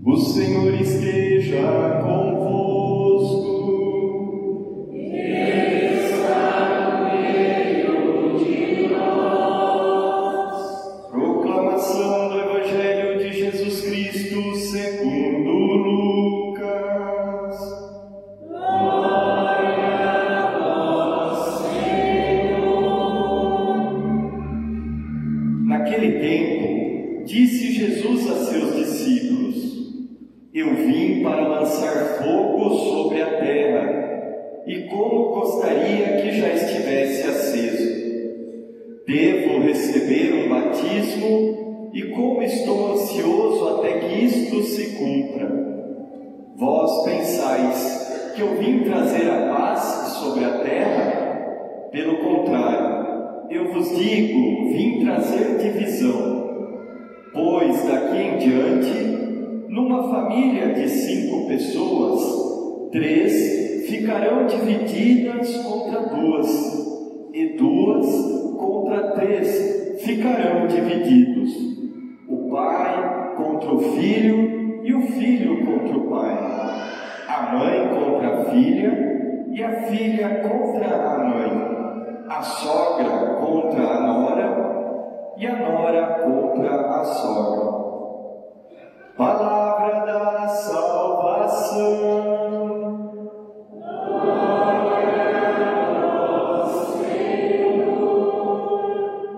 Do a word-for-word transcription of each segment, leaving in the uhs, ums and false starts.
O Senhor esteja convosco. Ele está no meio de nós. Proclamação do Evangelho de Jesus Cristo segundo Lucas. Glória a vós, Senhor. Naquele tempo, disse Jesus a seus discípulos: Eu vim para lançar fogo sobre a terra, e como gostaria que já estivesse aceso. Devo receber um batismo, e como estou ansioso até que isto se cumpra. Vós pensais que eu vim trazer a paz sobre a terra? Pelo contrário, eu vos digo, vim trazer divisão. Pois daqui em diante, numa família de cinco pessoas, três ficarão divididas contra duas, e duas contra três ficarão divididos. O pai contra o filho, e o filho contra o pai. A mãe contra a filha, e a filha contra a mãe. A sogra contra a nora, e a nora contra a sogra. Palavra da salvação. Glória a vós, Senhor.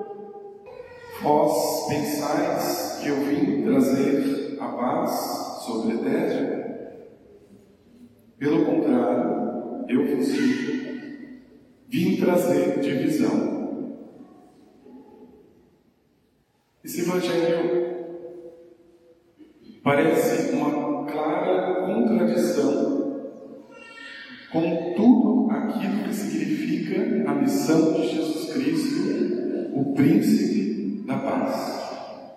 Vós pensais que eu vim trazer a paz sobre a terra? Pelo contrário, eu vos digo, vim trazer divisão. Esse Evangelho parece uma clara contradição com tudo aquilo que significa a missão de Jesus Cristo, o Príncipe da Paz.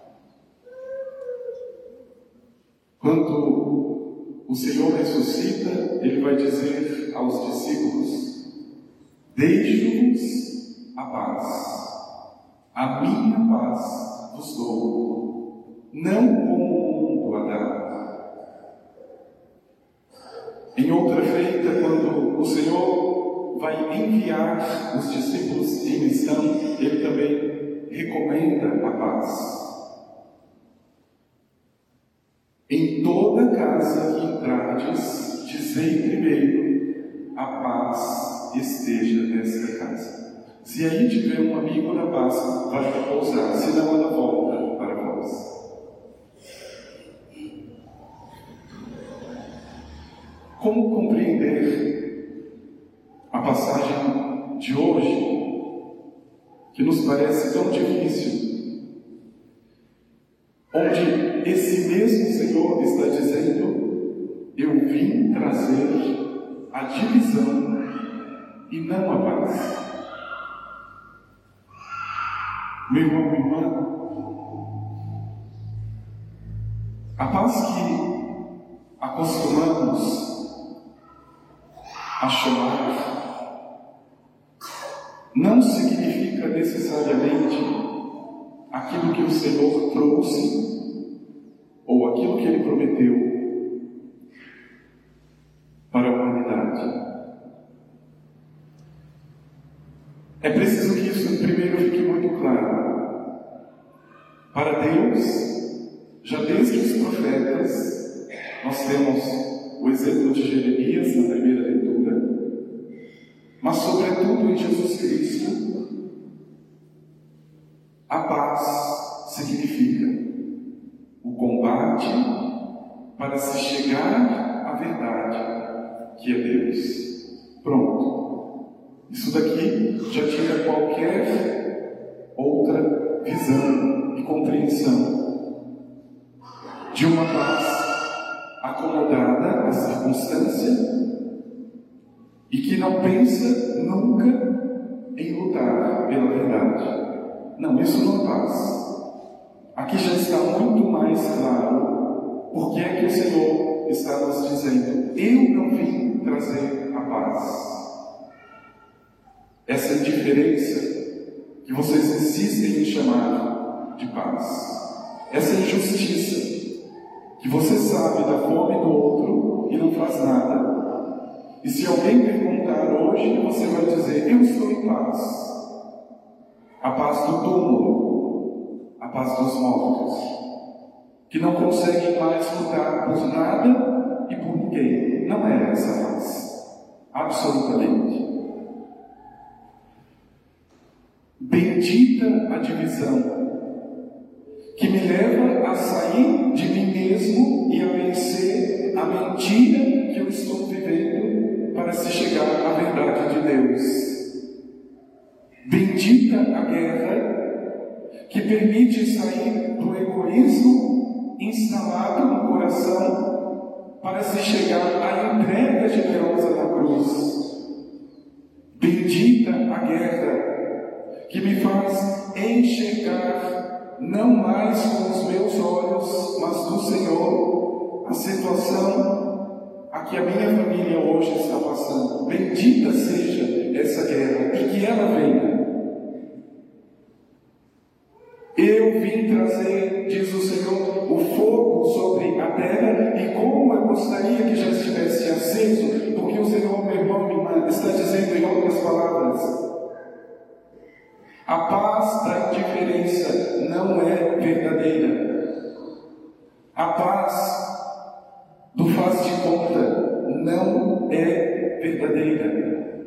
Quando o Senhor ressuscita, Ele vai dizer aos discípulos: deixo-vos a paz, a minha paz vos dou, não como o mundo a dá. Em outra feita, quando o Senhor vai enviar os discípulos em missão, Ele também recomenda a paz. Em toda casa que entrardes, dizei primeiro: a paz esteja nesta casa. Se aí tiver um amigo da paz, vai repousar, senão ela volta para vós. Como compreender a passagem de hoje, que nos parece tão difícil, onde esse mesmo Senhor está dizendo: eu vim trazer a divisão e não a paz? Meu irmão, minha irmã, a paz que acostumamos a chamar não significa necessariamente aquilo que o Senhor trouxe ou aquilo que Ele prometeu para a humanidade. É preciso que isso primeiro fique muito claro. Para Deus, já desde os profetas, nós temos o exemplo de Jeremias na primeira leitura, mas sobretudo em Jesus Cristo, a paz significa o combate para se chegar à verdade, que é Deus. Pronto. Isso daqui já tira qualquer outra visão e compreensão de uma paz acomodada à circunstância e que não pensa nunca em lutar pela verdade. Não, isso não é paz. Aqui já está muito mais claro porque é que o Senhor está nos dizendo: eu não vim trazer a paz. Essa indiferença que vocês insistem em chamar de paz, essa injustiça que você sabe da fome do outro e não faz nada. E se alguém perguntar hoje, você vai dizer: eu estou em paz. A paz do túmulo, a paz dos mortos, que não conseguem mais lutar por nada e por ninguém. Não é essa paz, absolutamente. Bendita a divisão, que me leva a sair de mim mesmo e a vencer a mentira que eu estou vivendo para se chegar à verdade de Deus. Bendita a guerra que permite sair do egoísmo instalado no coração para se chegar à entrega generosa na cruz. Bendita a guerra que me faz enxergar não mais com os meus olhos, mas do Senhor, a situação a que a minha família hoje está passando. Bendita seja essa guerra e que ela venha. Eu vim trazer, diz o Senhor, o fogo sobre a terra, e como eu gostaria que já estivesse aceso, porque o Senhor, meu irmão, minha irmã, está dizendo em outras palavras: a paz da indiferença não é verdadeira. A paz do faz de conta não é verdadeira.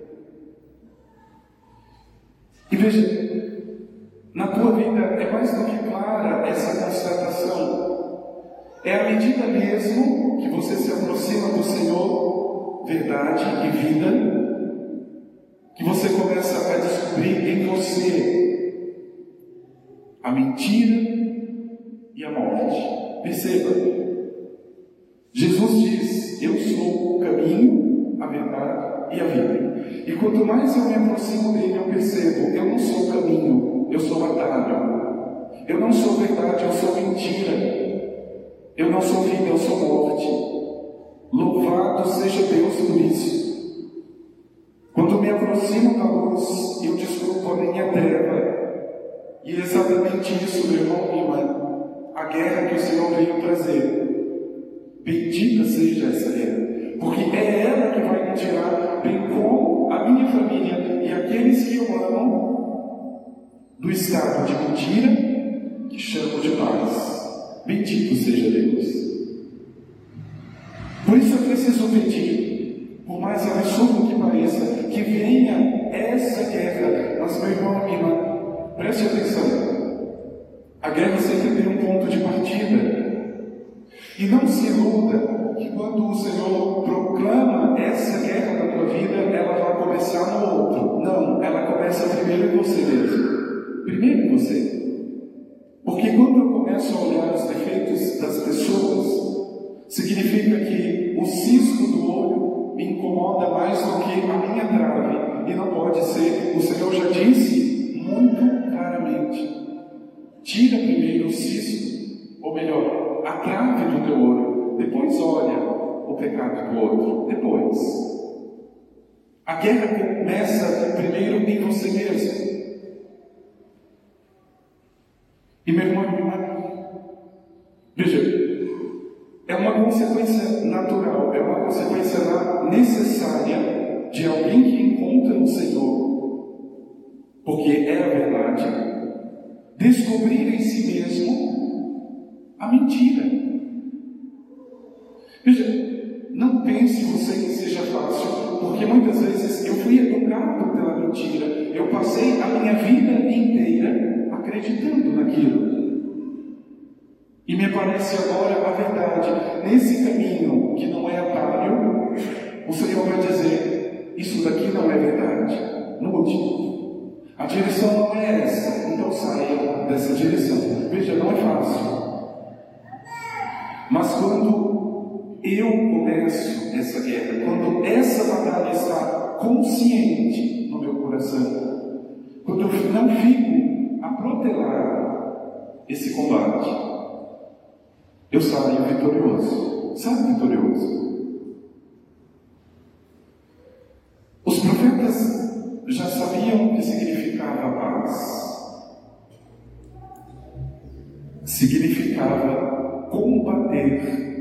E veja, na tua vida é mais do que clara essa constatação. É à medida mesmo que você se aproxima do Senhor, verdade e vida, que você começa a descobrir em você a mentira e a morte. Perceba, Jesus diz: eu sou o caminho, a verdade e a vida. E quanto mais eu me aproximo dele, eu percebo: eu não sou o caminho, eu sou atalho. Eu não sou verdade, eu sou mentira. Eu não sou vida, eu sou morte. Louvado seja Deus por isso. Quando me aproximo da luz, eu desculpo a minha treva. E é exatamente isso, meu irmão e irmã, a guerra que o Senhor veio trazer. Bendita seja essa guerra, porque é ela que vai me tirar, bem como a minha família e aqueles que eu amo, do estado de mentira que chamo de paz. Bendito seja Deus. Por isso eu preciso pedir, por mais absurdo que pareça, que venha essa guerra. Mas, meu irmão e minha irmã, preste atenção. A guerra sempre tem um ponto de partida. E não se iluda que quando o Senhor proclama essa guerra na tua vida, ela vai começar no outro. Não, ela começa primeiro em você mesmo. Primeiro em você. Porque quando eu começo a olhar os defeitos das pessoas, significa que o cisco do olho me incomoda mais do que a minha trave. E não pode ser. O Senhor já disse muito claramente: tira primeiro o cisco, ou melhor, a trave do teu olho, depois olha o pecado do outro. Depois. A guerra começa primeiro em você mesmo. E meu irmão e minha irmã, veja, é uma consequência natural, é uma consequência necessária de alguém que encontra o Senhor, porque é a verdade, descobrir em si mesmo a mentira. Veja, não pense você que seja fácil, porque muitas vezes eu fui educado pela mentira, eu passei a minha vida inteira acreditando naquilo. E me parece agora a verdade. Nesse caminho que não é atalho, o Senhor vai dizer: isso daqui não é verdade. Mude. A direção não é essa, então saia dessa direção. Veja, não é fácil. Mas quando eu começo essa guerra, quando essa batalha está consciente no meu coração, quando eu não fico a protelar esse combate, eu saio vitorioso. Sabe vitorioso? Os profetas já sabiam o que significava paz. Significava combater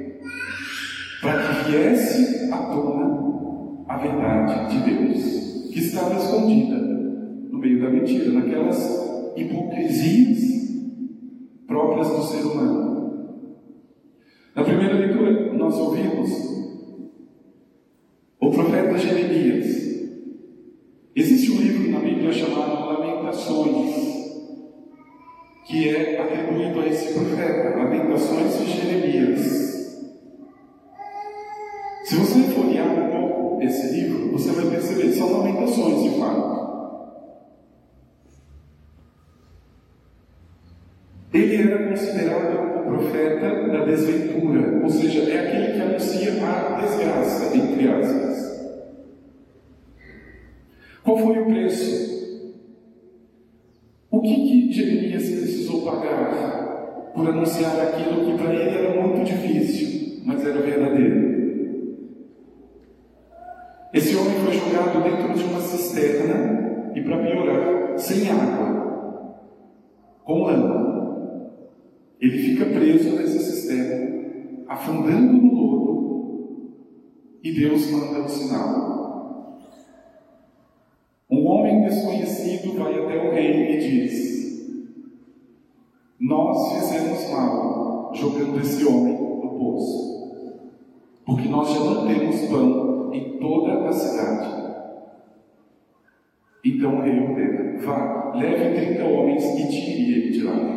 viesse à tona a verdade de Deus, que estava escondida no meio da mentira, naquelas hipocrisias próprias do ser humano. Na primeira leitura, nós ouvimos o profeta Jeremias. Existe um livro na Bíblia chamado Lamentações, que é atribuído a esse profeta, Lamentações de Jeremias. Se você folhear um pouco esse livro, você vai perceber que são lamentações de fato. Ele era considerado o profeta da desventura, ou seja, é aquele que anuncia a desgraça, entre aspas. Qual foi o preço? O que, que Jeremias precisou pagar por anunciar aquilo que para ele era muito difícil, mas era verdadeiro? Esse homem foi jogado dentro de uma cisterna e, para piorar, sem água, com lama. Ele fica preso nessa cisterna, afundando no lodo, e Deus manda um sinal. Um homem desconhecido vai até o rei e diz: nós fizemos mal jogando esse homem no poço, porque nós já não temos pão em toda a cidade. Então o rei ordena: vá, leve trinta homens e tire ele de lá.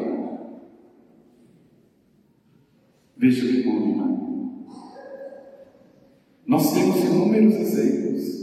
Veja que bom, irmão. Nós temos inúmeros exemplos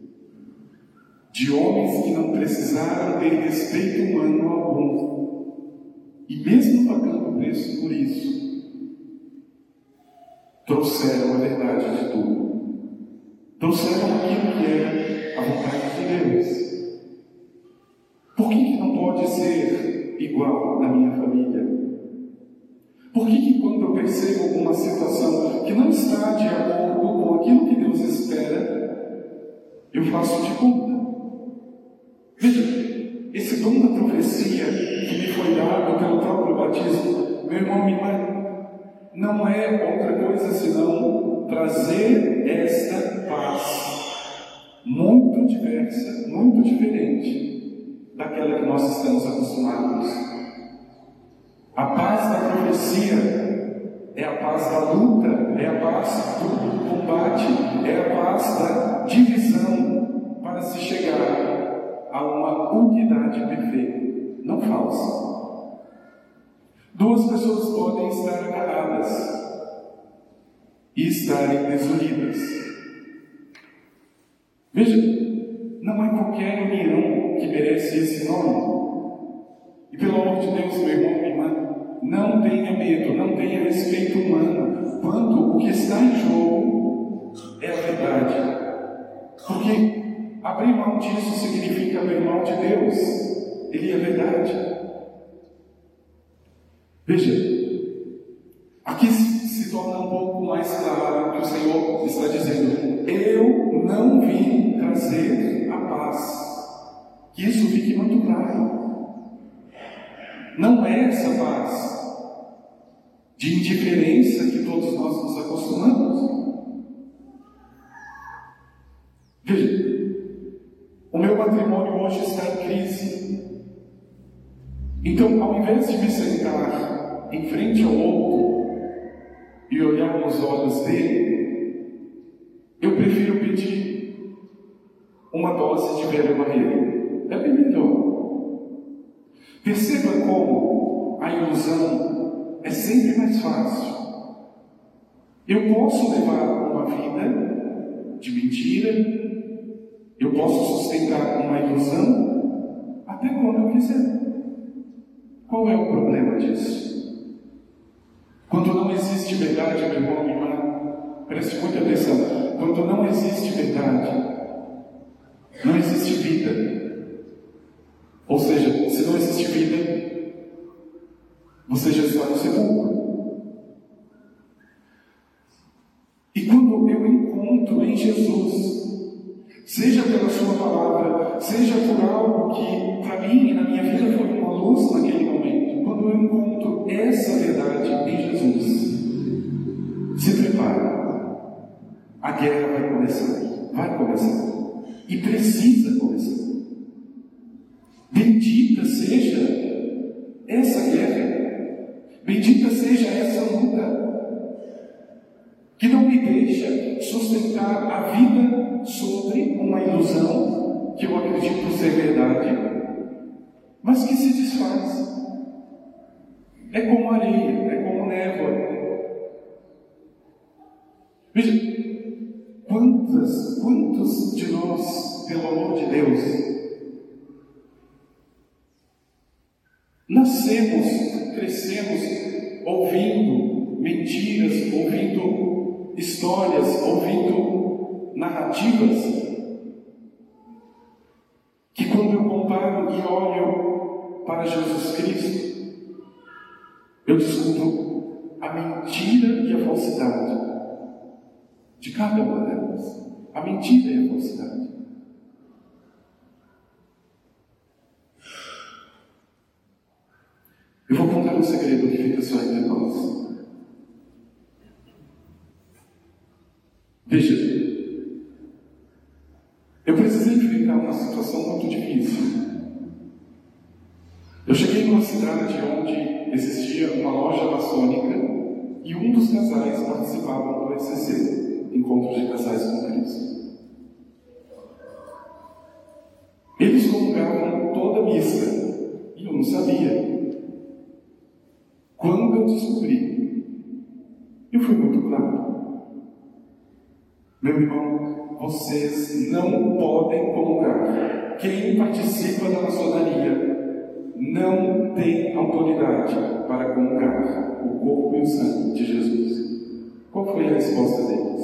de homens que não precisaram ter respeito humano algum, e mesmo pagando o preço por isso, trouxeram a verdade de tudo. Trouxeram aquilo que é a vontade de Deus. Por que, que não pode ser igual na minha família? Por que, que quando eu percebo alguma situação que não está de acordo com aquilo que Deus espera, eu faço de conta? Veja, esse dom da profecia que me foi dado pelo próprio batismo, meu irmão, minha irmã, não é outra coisa senão trazer esta paz muito diversa, muito diferente daquela que nós estamos acostumados. A paz da profecia é a paz da luta, é a paz do combate, é a paz da divisão para se chegar a uma unidade perfeita, não falsa. Duas pessoas podem estar agarradas e estarem desunidas. Veja, não é qualquer união que merece esse nome. E pelo amor de Deus, meu irmão, minha irmã, não tenha medo, não tenha respeito humano, quando o que está em jogo é a verdade. Porque abrir mão disso significa abrir mão de Deus. Ele é verdade. Veja, aqui se torna um pouco mais claro que o Senhor está dizendo: eu não vim trazer a paz. Que isso fique muito claro. Não é essa paz de indiferença que todos nós nos acostumamos. Veja, o meu matrimônio hoje está em crise. Então, ao invés de me sentar em frente ao outro e olhar nos olhos dele, eu prefiro pedir uma dose de velha barreira. É bem melhor. Perceba como a ilusão é sempre mais fácil. Eu posso levar uma vida de mentira, eu posso sustentar uma ilusão até quando eu quiser. Qual é o problema disso? Quando não existe verdade, meu irmão, minha irmã, preste muita atenção. Quando não existe verdade, não existe vida. Ou seja, se não existe vida, você já está no sepulcro. E quando eu encontro em Jesus, seja pela sua palavra, seja por algo que para mim e na minha vida foi uma luz naquele momento, quando eu encontro essa verdade em Jesus, se prepare. a guerra vai começar. Vai começar. E precisa começar. Bendita seja essa guerra. Bendita seja essa luta. Que não me deixa sustentar a vida sobre uma ilusão que eu acredito ser verdade, mas que se desfaz. É como areia, é como névoa. Veja, quantas, quantos de nós, pelo amor de Deus, nascemos, crescemos ouvindo mentiras, ouvindo histórias, ouvindo narrativas, que quando eu comparo e olho para Jesus Cristo, eu descubro a mentira e a falsidade de cada uma delas. A mentira e a falsidade. Eu vou contar um segredo que fica só entre nós. Veja, eu precisei enfrentar uma situação muito difícil. Eu cheguei numa cidade onde existia uma loja maçônica e um dos casais participavam do E C C, Encontro de Casais com Cristo. Eles comungavam toda a missa e eu não sabia. Quando eu descobri, eu fui muito claro. Meu irmão, vocês não podem comungar. Quem participa da maçonaria não tem autoridade para comungar o corpo e o sangue de Jesus. Qual foi a resposta deles?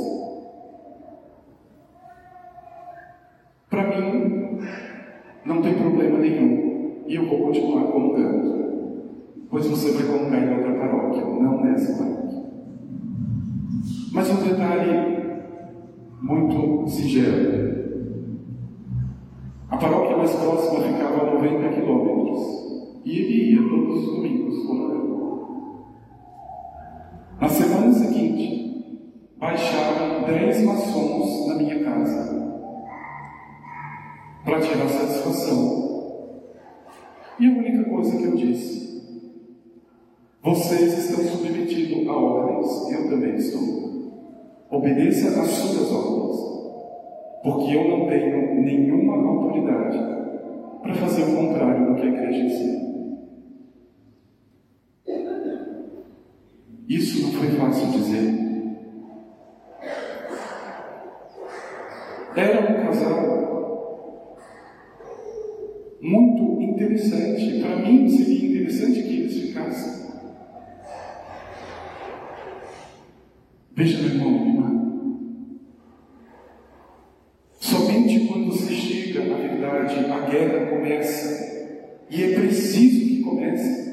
Para mim, não tem problema nenhum e eu vou continuar comungando. Pois você vai comungar em outra paróquia, não nessa paróquia. Mas um detalhe muito singelo. A paróquia mais próxima ficava a noventa quilômetros. E ele ia todos os domingos comungando. Na semana seguinte, baixaram dez maçons na minha casa para tirar satisfação. E a única coisa que eu disse: vocês estão submetidos a ordens, eu também estou. Obedeça às suas ordens, porque eu não tenho nenhuma autoridade para fazer o contrário do que a igreja ensina. Isso não foi fácil dizer. Era um casal muito interessante. Para mim seria interessante que eles ficassem. Veja, meu irmão, minha irmã. Somente quando se chega à verdade, a guerra começa. E é preciso que comece.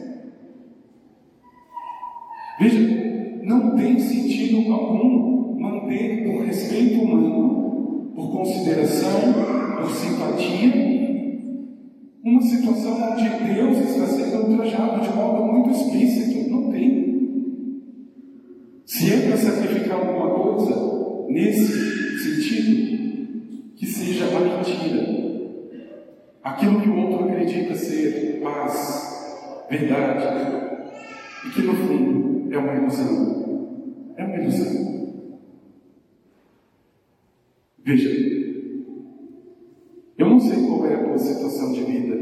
Veja, não tem sentido algum manter por respeito humano, por consideração, por simpatia, uma situação onde Deus está sendo ultrajado de modo muito explícito. Não tem. Se é para sacrificar alguma coisa, nesse sentido, que seja a mentira. Aquilo que o outro acredita ser paz, verdade, e que no fundo é uma ilusão. É uma ilusão. Veja, eu não sei qual é a tua situação de vida,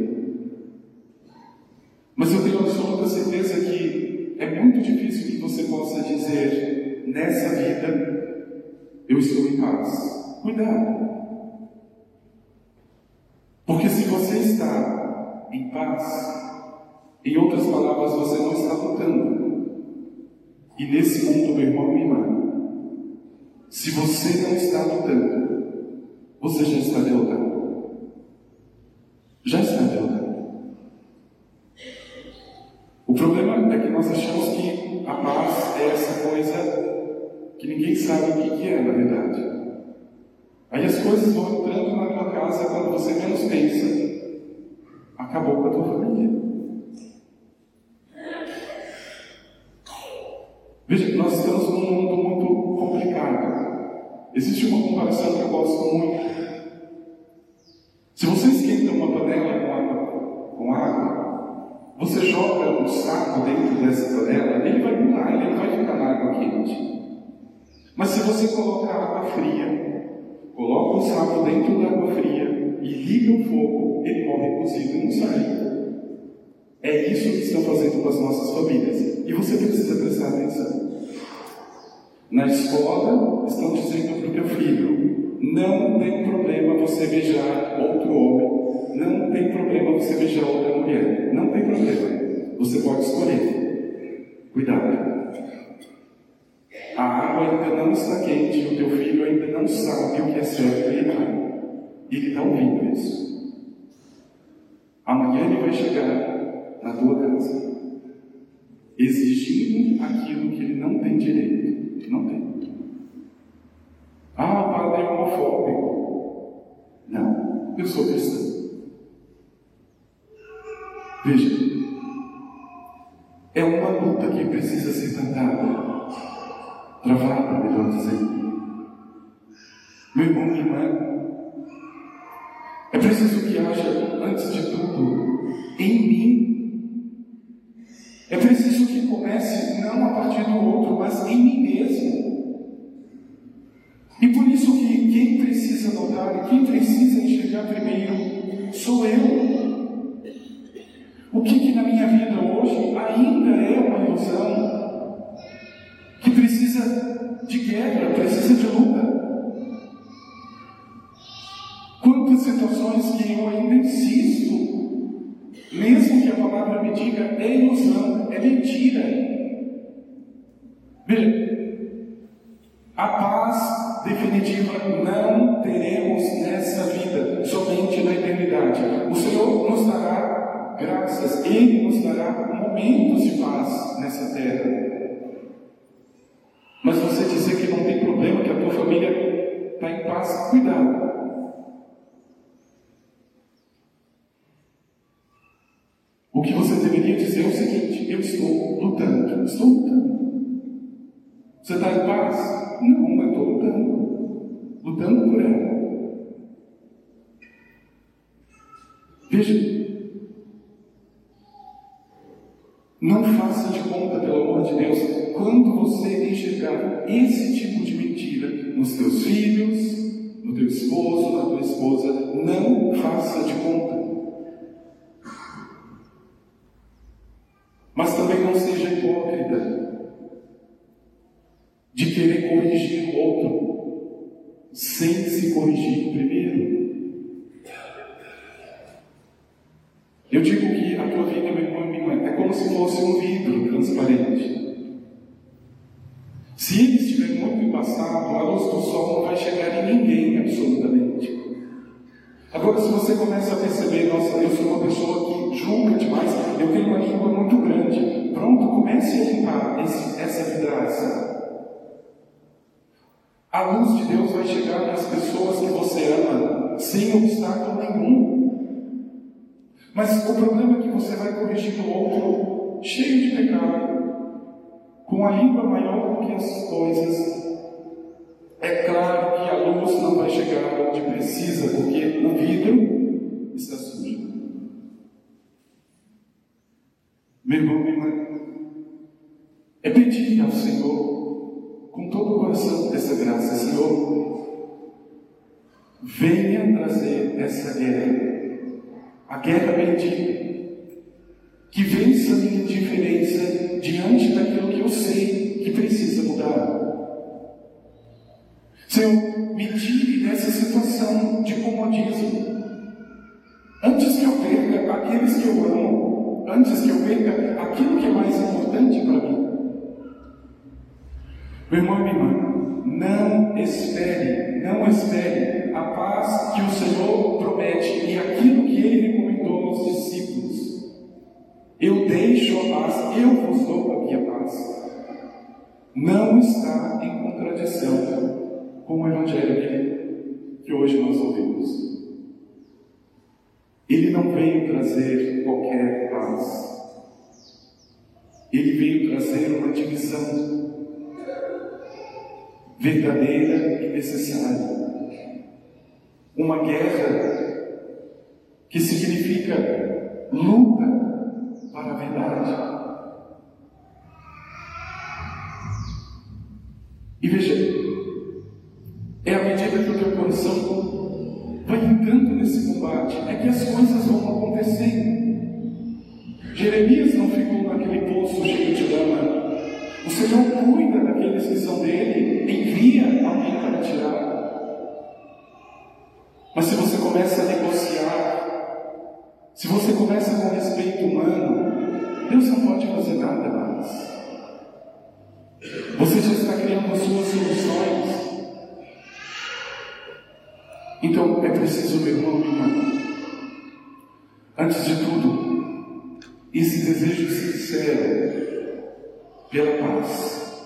mas eu tenho absoluta certeza que é muito difícil que você possa dizer: nessa vida eu estou em paz. Cuidado. Porque se você está em paz, em outras palavras, você não está lutando. E nesse mundo, meu irmão e minha irmã, se você não está lutando, você já está derrotado. Já está derrotado. O problema é que nós achamos que a paz é essa coisa que ninguém sabe o que é, na verdade. Aí as coisas vão entrando na tua casa quando você menos pensa. Acabou com a tua família. Veja, nós estamos num mundo muito complicado. Existe uma comparação que eu gosto muito. Se você esquenta uma panela com água, com água, você joga um saco dentro dessa panela, ele vai pular, ele não vai ficar na água quente. Mas se você colocar água fria, coloca o saco dentro da água fria e liga o fogo, ele morre cozido e não sai. É isso que estão fazendo com as nossas famílias. E você precisa prestar atenção. Na escola, estão dizendo para o teu filho: não tem problema você beijar outro homem, não tem problema você beijar outra mulher, não tem problema, você pode escolher. Cuidado. A água ainda não está quente e o teu filho ainda não sabe o que é certo e errado. Ele está ouvindo isso. Amanhã ele vai chegar na tua casa exigindo aquilo que ele não tem direito. Não tem. Ah, o padre é homofóbico. Não, eu sou cristão. Veja, é uma luta que precisa ser tratada, travada, melhor dizendo. Meu irmão, minha irmã, é preciso que haja, antes de tudo, em mim. É preciso que comece não a partir do outro, mas em mim mesmo. E por isso que quem precisa notar, quem precisa enxergar primeiro, sou eu. O que que na minha vida hoje ainda é uma ilusão, que precisa de guerra, precisa de luta. Quantas situações que eu ainda insisto, mesmo que a palavra me diga é ilusão, é mentira. Veja, a paz definitiva não teremos nessa vida, somente na eternidade. O Senhor nos dará graças, Ele nos dará momentos de paz nessa terra. Mas você dizer que não tem problema, que a tua família está em paz, cuidado. O que você deveria dizer é o seguinte: eu estou lutando, estou lutando. Você está em paz? Não, eu estou lutando. Lutando por ela. Veja, não faça de conta, pelo amor de Deus, quando você enxergar esse tipo de mentira nos teus filhos, no teu esposo, na tua esposa, não faça de conta. Mas também não seja hipócrita de querer corrigir o outro sem se corrigir primeiro. Eu digo que a tua vida, meu irmão e minha irmã, é como se fosse um vidro transparente. Se ele estiver muito embaçado, a luz do sol não vai chegar em ninguém absolutamente. Agora, se você começa a perceber, nossa, eu sou uma pessoa que julga demais, eu tenho uma língua muito grande, pronto, comece a limpar esse, essa vidraça. A luz de Deus vai chegar nas pessoas que você ama, sem obstáculo nenhum. Mas o problema é que você vai corrigir o outro cheio de pecado, com a língua maior do que as coisas. É claro que a luz não vai chegar onde precisa, porque o vidro está sujo. Meu irmão, minha irmã, é pedir ao Senhor, com todo o coração, essa graça. Senhor, venha trazer essa guerra, a guerra bendita, que vença a minha indiferença diante daquilo que eu sei que precisa mudar. Senhor, me tire dessa situação de comodismo. Antes que eu perca aqueles que eu amo, antes que eu perca aquilo que é mais importante para mim. Meu irmão e minha irmã, não espere, não espere a paz que o Senhor promete e aquilo que Ele recomendou aos discípulos. Eu deixo a paz, eu vos dou a minha paz. Não está em contradição com o Evangelho que, que hoje nós ouvimos. Ele não veio trazer qualquer paz. Ele veio trazer uma divisão. verdadeira e necessária. Uma guerra que significa luta para a verdade. E veja, é à medida que o teu coração vai entrando nesse combate, é que as coisas vão acontecendo. Jeremias não ficou naquele poço cheio de lama. O Senhor cuida daqueles que são dele, envia alguém para tirar. Mas se você começa a negociar, se você começa com respeito humano, Deus não pode fazer nada mais. Você já está criando as suas soluções. Então é preciso, meu irmão e irmã, antes de tudo, esse desejo sincero pela paz.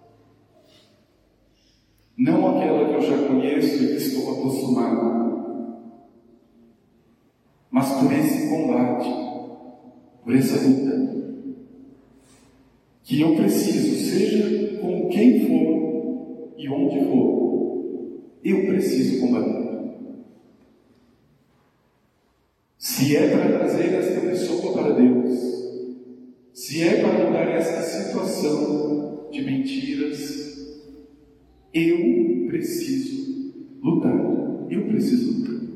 Não aquela que eu já conheço e que estou acostumado, mas por esse combate, por essa luta, que eu preciso, seja com quem for e onde for, eu preciso combater. Se é para trazer esta pessoa para Deus, se é para mudar essa situação de mentiras, eu preciso lutar. Eu preciso lutar.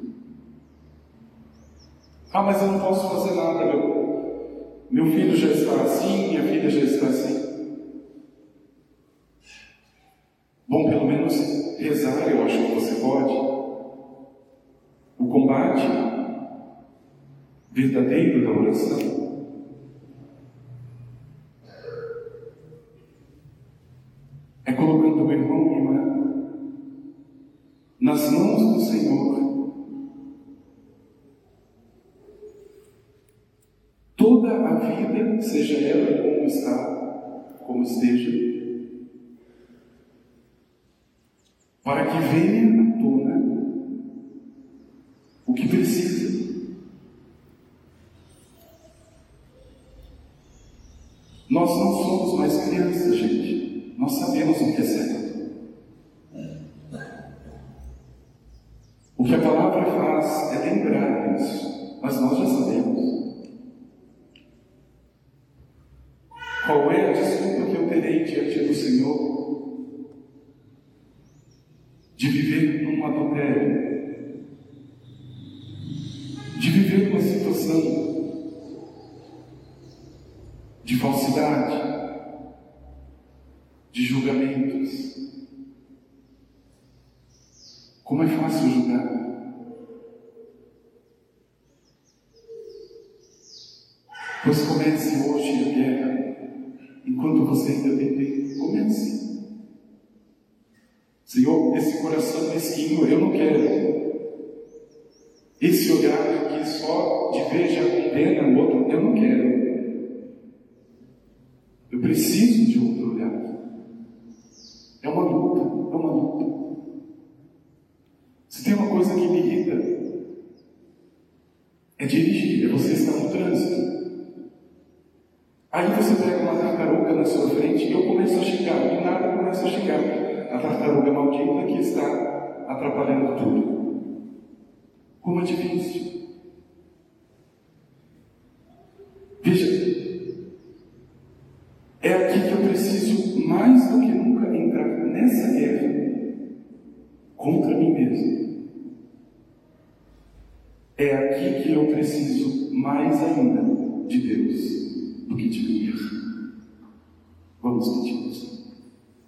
Ah, mas eu não posso fazer nada, meu, meu filho já está assim, minha filha já está assim. Bom, pelo menos rezar eu acho que você pode. O combate verdadeiro da oração é colocando o irmão e irmã nas mãos do Senhor toda a vida, seja ela como está, como esteja, para que venha à tona o que precisa. Nós não somos mais crianças, gente. Nós sabemos o que é certo. O que a palavra faz é lembrar isso, mas nós já sabemos. Qual é a desculpa que eu terei diante do Senhor de viver num adultério, de viver numa situação de falsidade, de julgamentos? Como é fácil julgar. Pois comece hoje a guerra, enquanto você ainda tem tempo. Comece. Senhor, esse coração mesquinho eu não quero. Esse olhar que só de ver já condena o outro, eu não quero. Eu preciso de outro olhar. É uma luta, é uma luta. Se tem uma coisa que me irrita, é dirigir, é você estar no trânsito. Aí você pega uma tartaruga na sua frente e eu começo a xingar, e nada começa a xingar a tartaruga maldita que está atrapalhando tudo. Como é difícil. Veja, é aqui que eu preciso mais do que nunca entrar nessa guerra contra mim mesmo. É aqui que eu preciso mais ainda de Deus do que de mim mesmo. Vamos pedir.